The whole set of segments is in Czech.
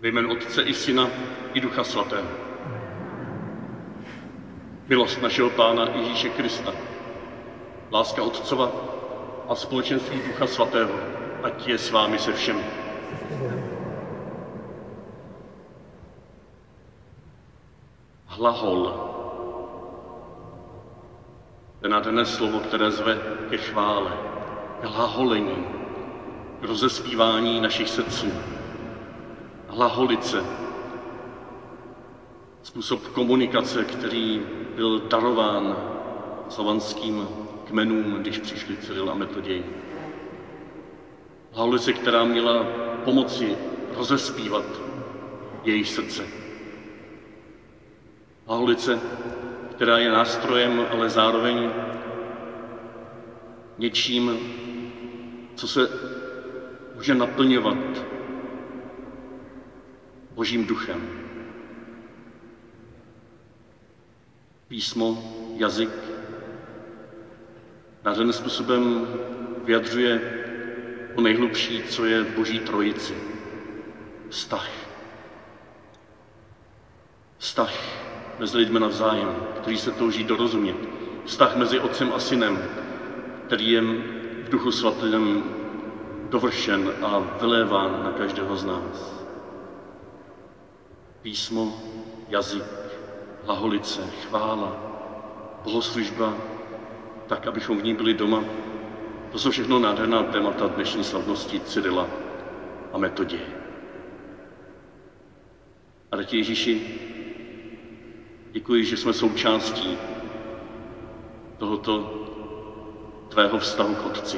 Ve jménu Otce i Syna i Ducha Svatého. Milost našeho Pána Ježíše Krista, láska Otcova a společenství Ducha Svatého, ať je s vámi se všemi. Hlahol. To je nádherné slovo, které zve ke chvále, k hlaholení, k rozespívání našich srdcí. Hlaholice, způsob komunikace, který byl darován slovanským kmenům, když přišli Cyril a Metoděj. Hlaholice, která měla pomoci rozespívat jejich srdce. Hlaholice, která je nástrojem, ale zároveň něčím, co se může naplňovat Božím duchem. Písmo, jazyk nádherným způsobem vyjadřuje to nejhlubší, co je v Boží trojici. Vztah. Vztah mezi lidmi navzájem, kteří se touží dorozumět. Vztah mezi Otcem a Synem, který je v Duchu Svatém dovršen a vyléván na každého z nás. Písmo, jazyk, hlaholice, chvála, bohoslužba, tak, abychom v ní byli doma. To jsou všechno nádherná témata dnešní slavnosti Cyrila a Metoděje. A Tati Ježíši, děkuji, že jsme součástí tohoto tvého vztahu k Otci.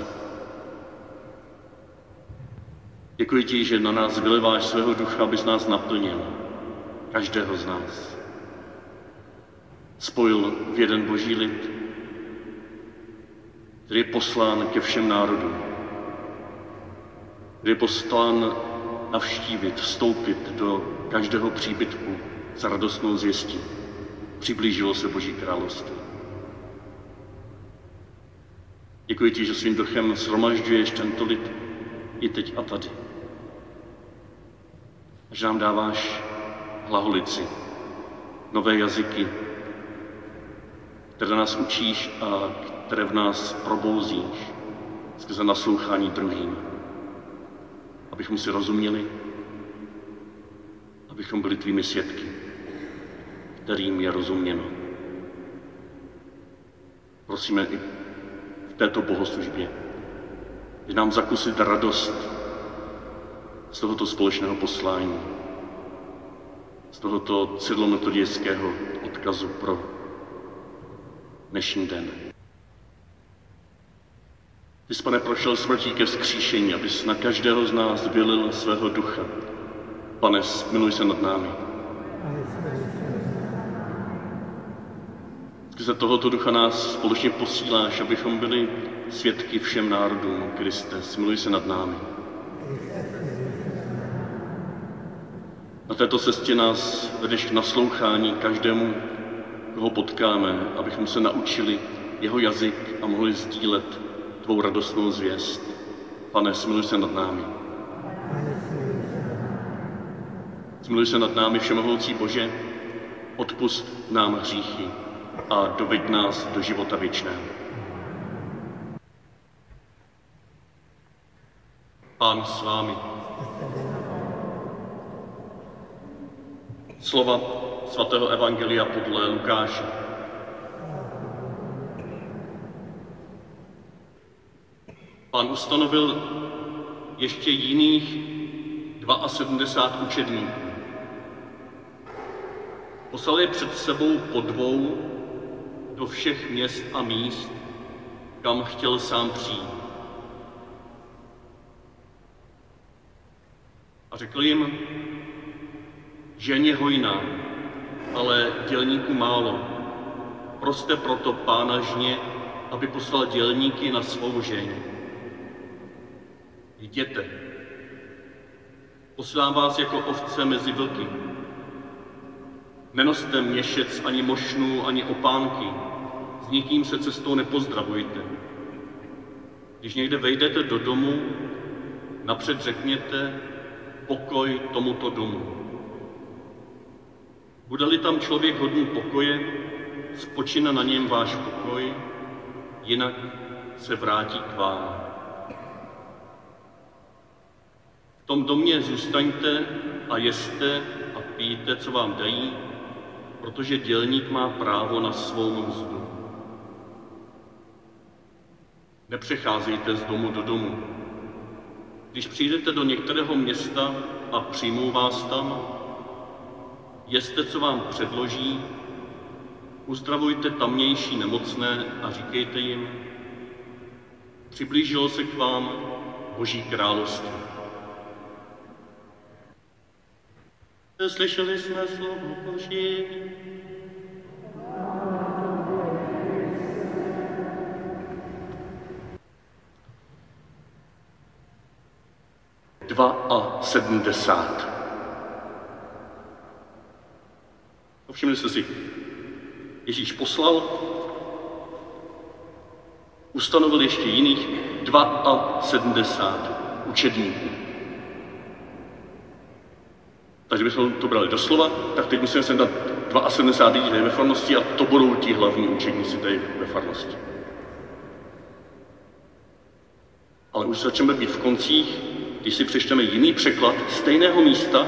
Děkuji ti, že na nás vyleváš svého ducha, abys nás naplnil, každého z nás. Spojil v jeden Boží lid, který je poslán ke všem národům, který je poslán navštívit, vstoupit do každého příbytku s radostnou zvěstí. Přiblížilo se Boží království. Děkuji ti, že svým duchem shromažďuješ tento lid i teď a tady. A že nám dáváš hlaholici, nové jazyky, které nás učíš a které v nás probouzíš skrze naslouchání druhým. Abychom si rozuměli, abychom byli tvými svědky, kterým je rozuměno. Prosíme i v této bohoslužbě, že nám zakusit radost z tohoto společného poslání, z tohoto cyrilometodějského odkazu pro dnešní den. Ty jsi, Pane, prošel smrtí ke vzkříšení, abys na každého z nás vylil svého ducha. Pane, smiluj se nad námi. Skrze tohoto ducha nás společně posíláš, abychom byli svědky všem národům. Kriste, smiluj se nad námi. Na této cestě nás vedeš k naslouchání každému, koho potkáme, abychom se naučili jeho jazyk a mohli sdílet tvou radostnou zvěst. Pane, smiluj se nad námi. Smiluj se nad námi, všemohoucí Bože, odpusť nám hříchy a doveď nás do života věčného. Pán s vámi. Slova svatého evangelia podle Lukáše. Pán ustanovil ještě jiných 72 učedníků. Poslal je před sebou po dvou do všech měst a míst, kam chtěl sám přijít. A řekl jim, žen je hojná, ale dělníků málo. Proste proto Pána žně, aby poslal dělníky na svou žeň. Jděte, posílám vás jako ovce mezi vlky. Nenoste měšec ani mošnů, ani opánky, s nikým se cestou nepozdravujte. Když někde vejdete do domu, napřed řekněte, pokoj tomuto domu. Bude-li tam člověk hodný pokoje, spočine na něm váš pokoj, jinak se vrátí k vám. V tom domě zůstaňte a jeste a pijte, co vám dají, protože dělník má právo na svou mzdu. Nepřecházejte z domu do domu. Když přijdete do některého města a přijmou vás tam, jeste, co vám předloží, uzdravujte tamnější nemocné a říkejte jim, přiblížilo se k vám Boží království. Slyšeli jsme slovo Boží. Dva 70. Všimli jste si, Ježíš poslal, ustanovil ještě jiných 72 učedníků. Takže bychom to brali doslova, tak teď musíme sem dát 72 lidí tady ve farnosti a to budou ti hlavní učedníci tady ve farnosti. Ale už začneme být v koncích, když si přečteme jiný překlad stejného místa,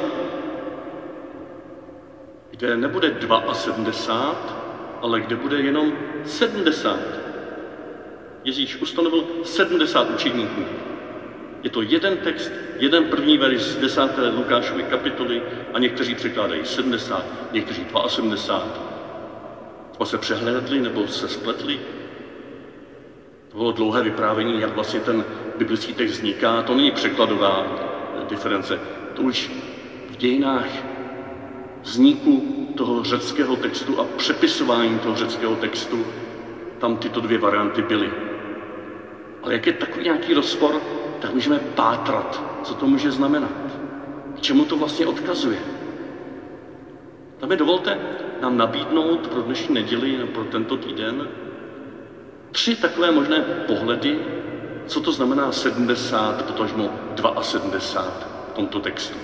kde nebude 72, ale kde bude jenom 70. Ježíš ustanovil 70 učedníků. Je to jeden text, jeden první verš z 10. Lukášovy kapitoly a někteří překládají 70, někteří 72. Třeba se přehlédli nebo se spletli. To bylo dlouhé vyprávění, jak vlastně ten biblický text vzniká. To není překladová diference. To už v dějinách vzniku toho řeckého textu a přepisování toho řeckého textu tam tyto dvě varianty byly. Ale jak je takový nějaký rozpor, tak můžeme pátrat, co to může znamenat. K čemu to vlastně odkazuje. Tak mi dovolte nám nabídnout pro dnešní neděli, pro tento týden, 3 takové možné pohledy, co to znamená 70, potažmo 72 v tomto textu.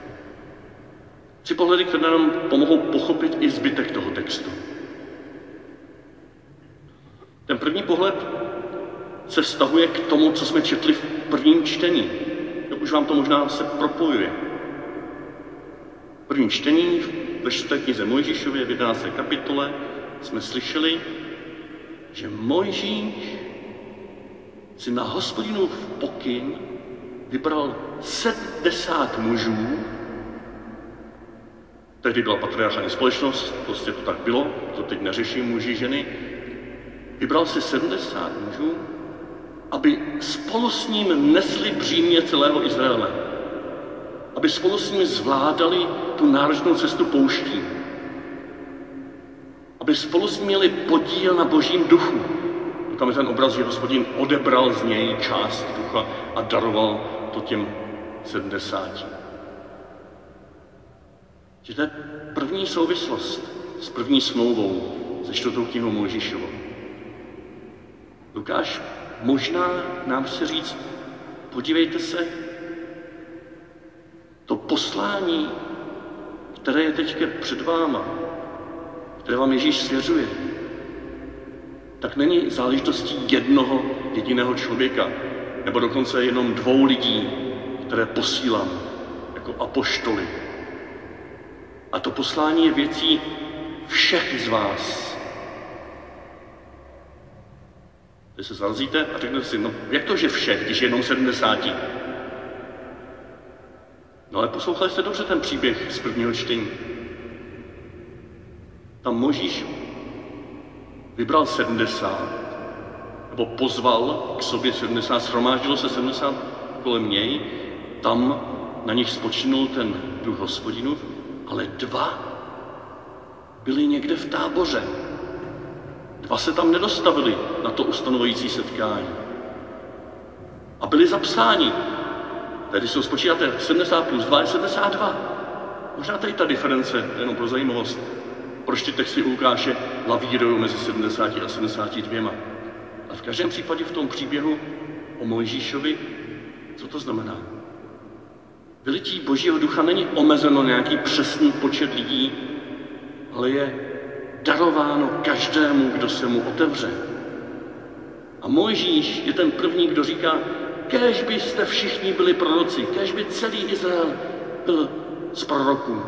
3 pohledy, které nám pomohou pochopit i zbytek toho textu. Ten první pohled se vztahuje k tomu, co jsme četli v prvním čtení. Už vám to možná se propojuje. V prvním čtení ve 4. knize Mojžíšově v 11. kapitole jsme slyšeli, že Mojžíš si na Hospodinův pokyn vybral 70 mužů. Tehdy byla patriarchální společnost, prostě to tak bylo, to teď neřeší muži, ženy. Vybral si 70 mužů, aby spolu s ním nesli břímě celého Izraele. Aby spolu s ním zvládali tu náročnou cestu pouští. Aby spolu s ním měli podíl na Božím duchu. Tam je ten obraz, že Hospodin odebral z něj část ducha a daroval to těm 70. Že to je první souvislost s první smlouvou se 4. knihou Mojžíšovou. Lukáš možná nám chce říct, podívejte se, to poslání, které je teďka před váma, které vám Ježíš svěřuje, tak není záležitostí jednoho jediného člověka, nebo dokonce jenom 2 lidí, které posílám jako apoštoly. A to poslání je věcí všech z vás. Vy se zarazíte a řeknete si, no jak to, že všech, když je jenom 70? No ale poslouchali jste dobře ten příběh z prvního čtení. Tam Mojžíš vybral 70, nebo pozval k sobě 70, shromáždilo se 70 kolem něj, tam na nich spočinul ten duch Hospodinův, ale 2 byli někde v táboře. 2 se tam nedostavili na to ustanovující setkání. A byli zapsáni. Tady jsou spočítáte 70 plus 2 je 72. Možná tady ta diference, jenom pro zajímavost. Proč ty texty u Lukáše lavírují mezi 70 a 72. A v každém případě v tom příběhu o Mojžíšovi, co to znamená? Vylití Božího ducha není omezeno na nějaký přesný počet lidí, ale je darováno každému, kdo se mu otevře. A Mojžíš je ten první, kdo říká, kéž byste všichni byli proroci, kéž by celý Izrael byl z proroků.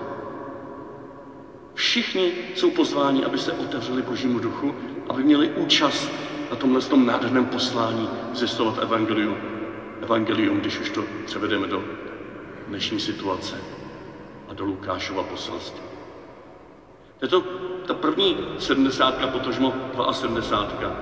Všichni jsou pozváni, aby se otevřeli Božímu duchu, aby měli účast na tomhle nádherném poslání zvěstovat evangelium, když už to převedeme do dnešní situace a do Lukášova poselství. Je to ta první 70, potažmo 72.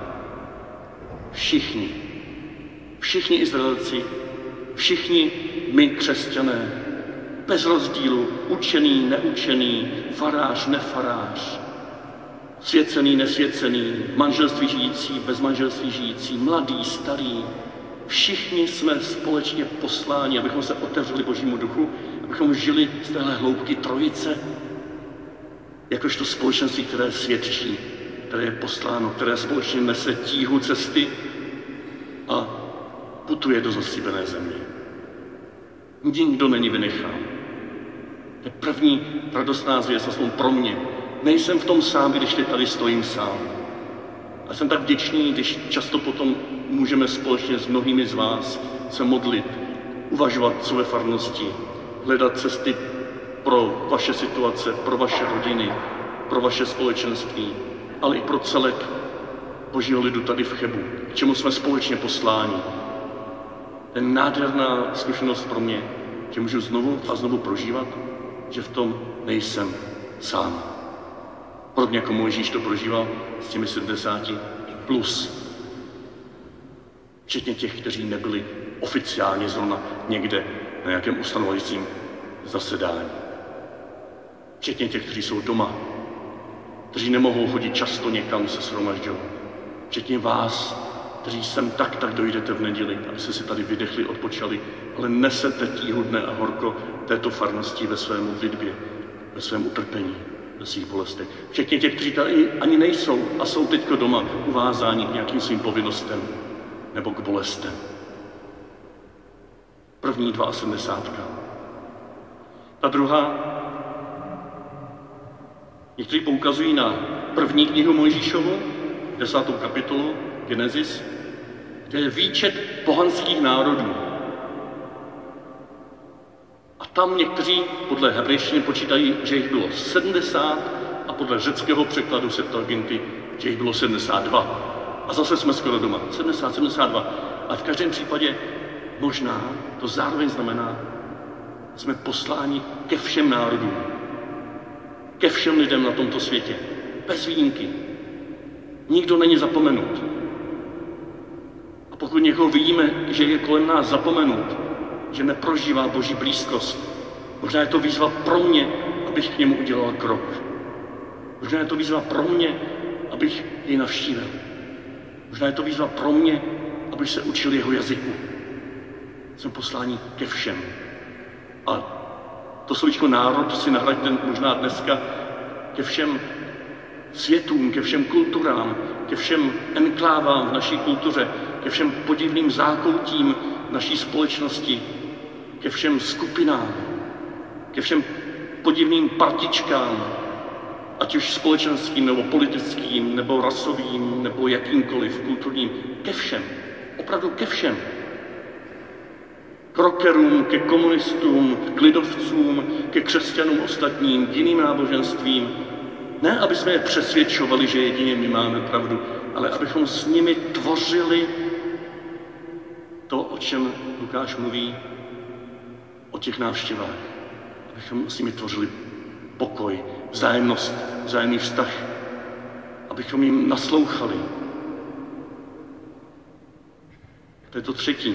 Všichni Izraelci, všichni my křesťané, bez rozdílu, učený, neučený, farář, nefarář, svěcený, nesvěcený, manželství žijící, bez manželství žijící, mladý, starý, všichni jsme společně posláni, abychom se otevřeli Božímu duchu, abychom žili z téhle hloubky trojice, jakožto společenství, které svědčí, které je posláno, které společně nese tíhu cesty a putuje do zaslíbené země. Nikdo není vynechán. To je první radostná zvěst, aspoň pro mě. Nejsem v tom sám, když tady stojím sám. A jsem tak vděčný, když často potom můžeme společně s mnohými z vás se modlit, uvažovat, co ve farnosti, hledat cesty pro vaše situace, pro vaše rodiny, pro vaše společenství, ale i pro celek Božího lidu tady v Chebu, k čemu jsme společně posláni. To je nádherná zkušenost pro mě, že můžu znovu a znovu prožívat, že v tom nejsem sám. Podobně jako Mojžíš to prožíval s těmi 70 plus. Včetně těch, kteří nebyli oficiálně zrovna někde na nějakém ustanovujícím zasedání. Včetně těch, kteří jsou doma, kteří nemohou chodit často někam se shromažďovat. Včetně vás, kteří sem tak dojdete v neděli, abyste si tady vydechli, odpočali, ale nesete tíhu dne a horko této farnosti ve své modlitbě, ve svém utrpení, ve svých bolestech. Včetně těch, kteří tady ani nejsou a jsou teďko doma uvázáni k nějakým svým povinnostem nebo k bolestem. První 72. Ta druhá, někteří poukazují na první knihu Mojžíšovu, 10. kapitolu, Genesis, kde je výčet pohanských národů. A tam někteří podle hebrejštiny počítají, že jich bylo 70 a podle řeckého překladu Septuaginty, že jich bylo 72. A zase jsme skoro doma. 70, 72. A v každém případě možná to zároveň znamená, že jsme posláni ke všem národům. Ke všem lidem na tomto světě. Bez výjimky. Nikdo není zapomenut. A pokud někoho vidíme, že je kolem nás zapomenut, že neprožívá Boží blízkost, možná je to výzva pro mě, abych k němu udělal krok. Možná je to výzva pro mě, abych jej navštívil. Možná je to výzva pro mě, abych se učil jeho jazyku. Jsem poslání ke všem. A to slovíčko národ si nahraďte možná dneska ke všem světům, ke všem kulturám, ke všem enklávám v naší kultuře, ke všem podivným zákoutím naší společnosti, ke všem skupinám, ke všem podivným partičkám, ať už společenským, nebo politickým, nebo rasovým, nebo jakýmkoliv kulturním, ke všem, opravdu ke všem. K rockerům, ke komunistům, k lidovcům, ke křesťanům ostatním, k jiným náboženstvím. Ne, aby jsme je přesvědčovali, že jedině my máme pravdu, ale abychom s nimi tvořili to, o čem Lukáš mluví, o těch návštěvách. Abychom s nimi tvořili pokoj, vzájemnost, vzájemný vztah. Abychom jim naslouchali. To je to třetí.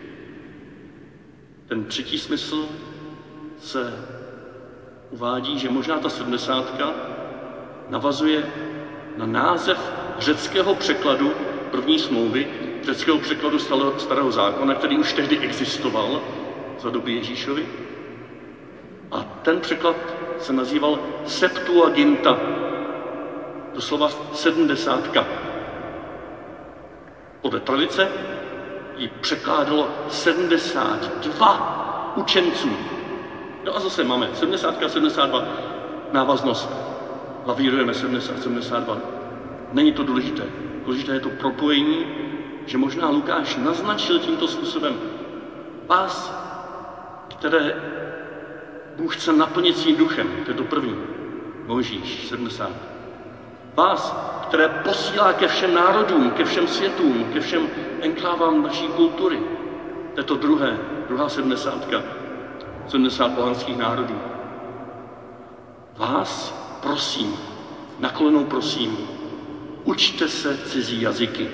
Ten třetí smysl se uvádí, že možná ta 70 navazuje na název řeckého překladu první smlouvy, řeckého překladu starého zákona, který už tehdy existoval za doby Ježíšovy. A ten překlad se nazýval Septuaginta, doslova 70. Podle tradice ji překládalo 72 učenců No a zase máme 70, 72, návaznost. Lavírujeme 70, 72. Není to důležité. Důležité je to propojení, že možná Lukáš naznačil tímto způsobem vás, které Bůh chce naplnit svým duchem. To je to první. Mojžíš 70. Vás, které posílá ke všem národům, ke všem světům, ke všem enklávám naší kultury. To je to druhá 70. 70 pohanských národů. Vás prosím, na kolenou prosím, učte se cizí jazyky.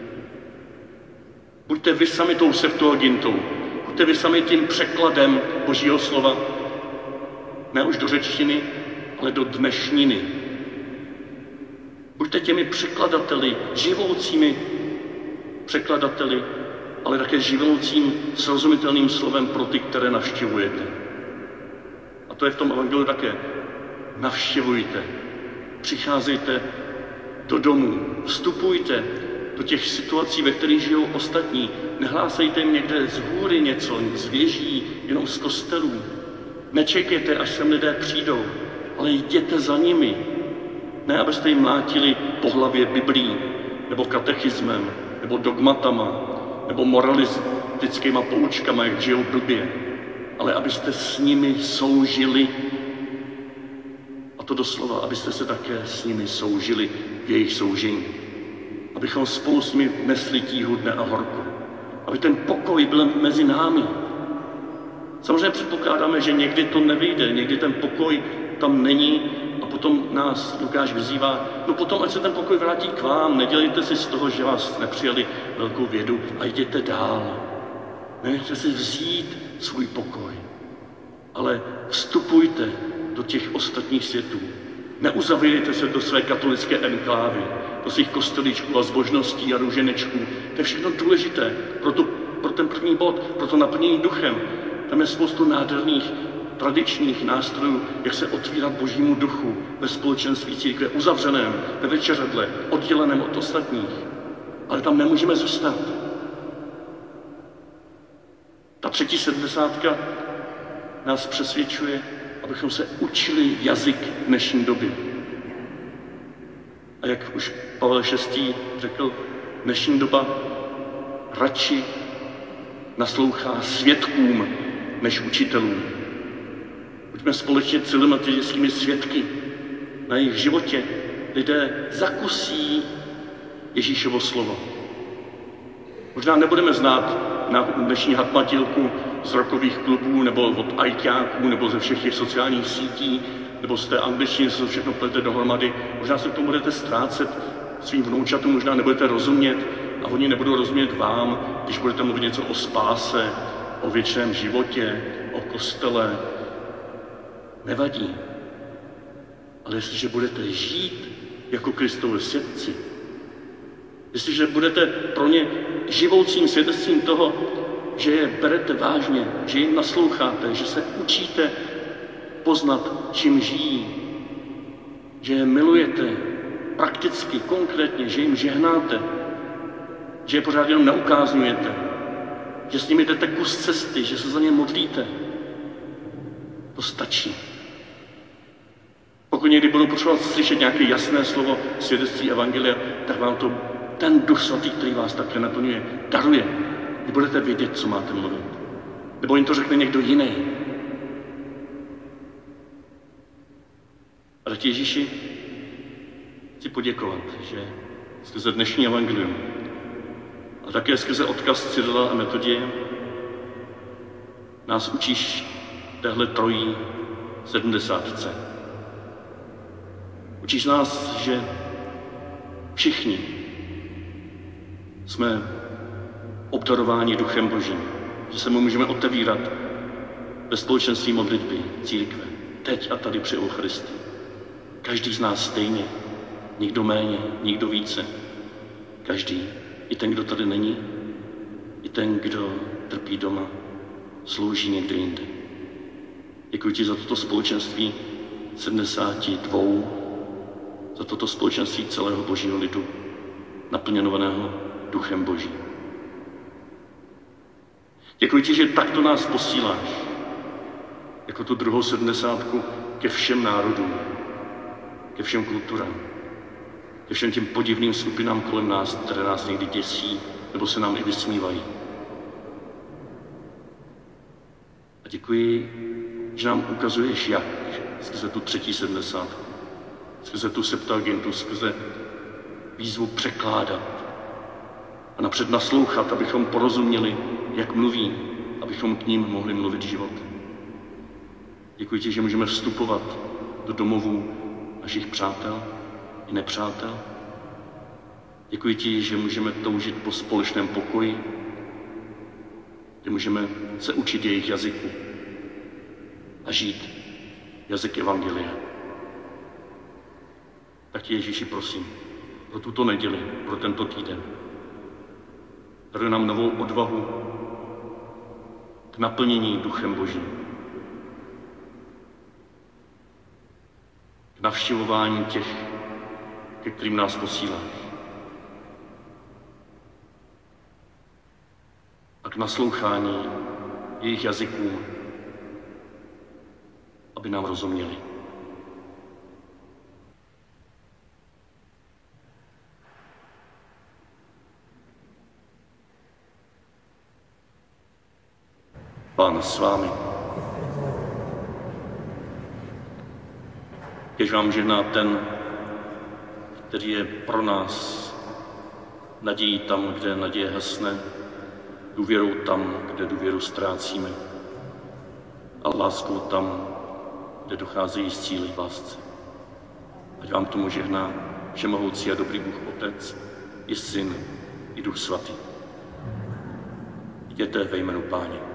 Buďte vy sami tou Septuagintou, buďte vy sami tím překladem Božího slova, ne už do řečtiny, ale do dnešniny. Buďte těmi překladateli, živoucími překladateli, ale také živoucím srozumitelným slovem pro ty, které navštěvujete. A to je v tom evangeliu také. Navštěvujte, přicházejte do domů, vstupujte do těch situací, ve kterých žijou ostatní. Nehlásejte jim někde z hůry něco, z věží, jenom z kostelů. Nečekejte, až sem lidé přijdou, ale jděte za nimi. Ne, abyste jim mlátili po hlavě Biblií, nebo katechismem, nebo dogmatama, nebo moralistickýma poučkama, jak žijou blbě, ale abyste s nimi soužili. A to doslova, abyste se také s nimi soužili v jejich soužení. Abychom spolu s nimi nesli tíhu dne a horku. Aby ten pokoj byl mezi námi. Samozřejmě předpokládáme, že někdy to nevyjde, někdy ten pokoj tam není a potom nás Lukáš vyzývá, no potom, ať se ten pokoj vrátí k vám, nedělejte si z toho, že vás nepřijali velkou vědu a jděte dál. Nechte si vzít svůj pokoj, ale vstupujte do těch ostatních světů. Neuzavírejte se do své katolické enklávy, do svých kostelíčků a zbožností a růženečků. To je všechno důležité pro ten první bod, pro to naplnění duchem. Tam je spoustu nádherných tradičních nástrojů, jak se otvírat Božímu duchu ve společenství církve, uzavřeném, ve večeřadle, odděleném od ostatních. Ale tam nemůžeme zůstat. Ta třetí 70 nás přesvědčuje, abychom se učili jazyk dnešní doby. A jak už Pavel VI. Řekl, dnešní doba radši naslouchá svědkům než učitelům. Buďme společně cinematickými svědky. Na jejich životě lidé zakusí Ježíšovo slovo. Možná nebudeme znát na dnešní hatmatilku z rockových klubů, nebo od ajťáků, nebo ze všech těch sociálních sítí, nebo z té angličtiny, co všechno plete dohromady. Možná se k tomu budete ztrácet svým vnoučatům, možná nebudete rozumět a oni nebudou rozumět vám, když budete mluvit něco o spáse, o věčném životě, o kostele. Nevadí. Ale jestliže budete žít jako Kristovi svědci, jestliže budete pro ně živoucím svědectvím toho, že je berete vážně, že jim nasloucháte, že se učíte poznat, čím žijí, že je milujete prakticky, konkrétně, že jim žehnáte, že je pořád jenom neukázňujete, že s nimi jdete kus cesty, že se za ně modlíte. To stačí. Pokud někdy budou potřebovat slyšet nějaké jasné slovo svědectví evangelia, tak vám to ten Duch Svatý, který vás také naplňuje, daruje. Vy budete vědět, co máte mluvit. Nebo jim to řekne někdo jiný. A tak Ježíši chci poděkovat, že skrze dnešní evangelium a také skrze odkaz Cyrila a Metoděje nás učíš téhle trojí 70. Učíš nás, že všichni jsme obdarováni Duchem Božím, že se mu můžeme otevírat ve společenství modlitby církve, teď a tady při Eucharistii. Každý z nás stejně, nikdo méně, nikdo více. Každý, i ten, kdo tady není, i ten, kdo trpí doma, slouží někde jinde. Děkuji ti za toto společenství 72, za toto společenství celého Božího lidu, naplněnovaného Duchem Božím. Děkuji ti, že takto nás posíláš. jako tu druhou 70 ke všem národům, ke všem kulturám, ke všem těm podivným skupinám kolem nás, které nás někdy děsí nebo se nám i vysmívají. A děkuji, že nám ukazuješ, jak skrze tu třetí 70, skrze tu Septuagintu, skrze výzvu překládat a napřed naslouchat, abychom porozuměli, jak mluví, abychom k ním mohli mluvit život. Děkuji ti, že můžeme vstupovat do domovů našich přátel i nepřátel. Děkuji ti, že můžeme toužit po společném pokoji, že můžeme se učit jejich jazyku a žít jazyk evangelia. Tak tě, Ježíši, prosím, pro tuto neděli, pro tento týden. Daruj nám novou odvahu k naplnění Duchem Božím, k navštěvování těch, ke kterým nás posíláš, a k naslouchání jejich jazykům, aby nám rozuměli. Pán s vámi. Kež vám žehná ten, který je pro nás nadějí tam, kde naděje hasne, důvěrou tam, kde důvěru ztrácíme, a láskou tam, kde docházejí z cíle v lásce. Ať vám tomu žehná všemohoucí a dobrý Bůh Otec, i Syn, i Duch Svatý. Jděte ve jménu Páně.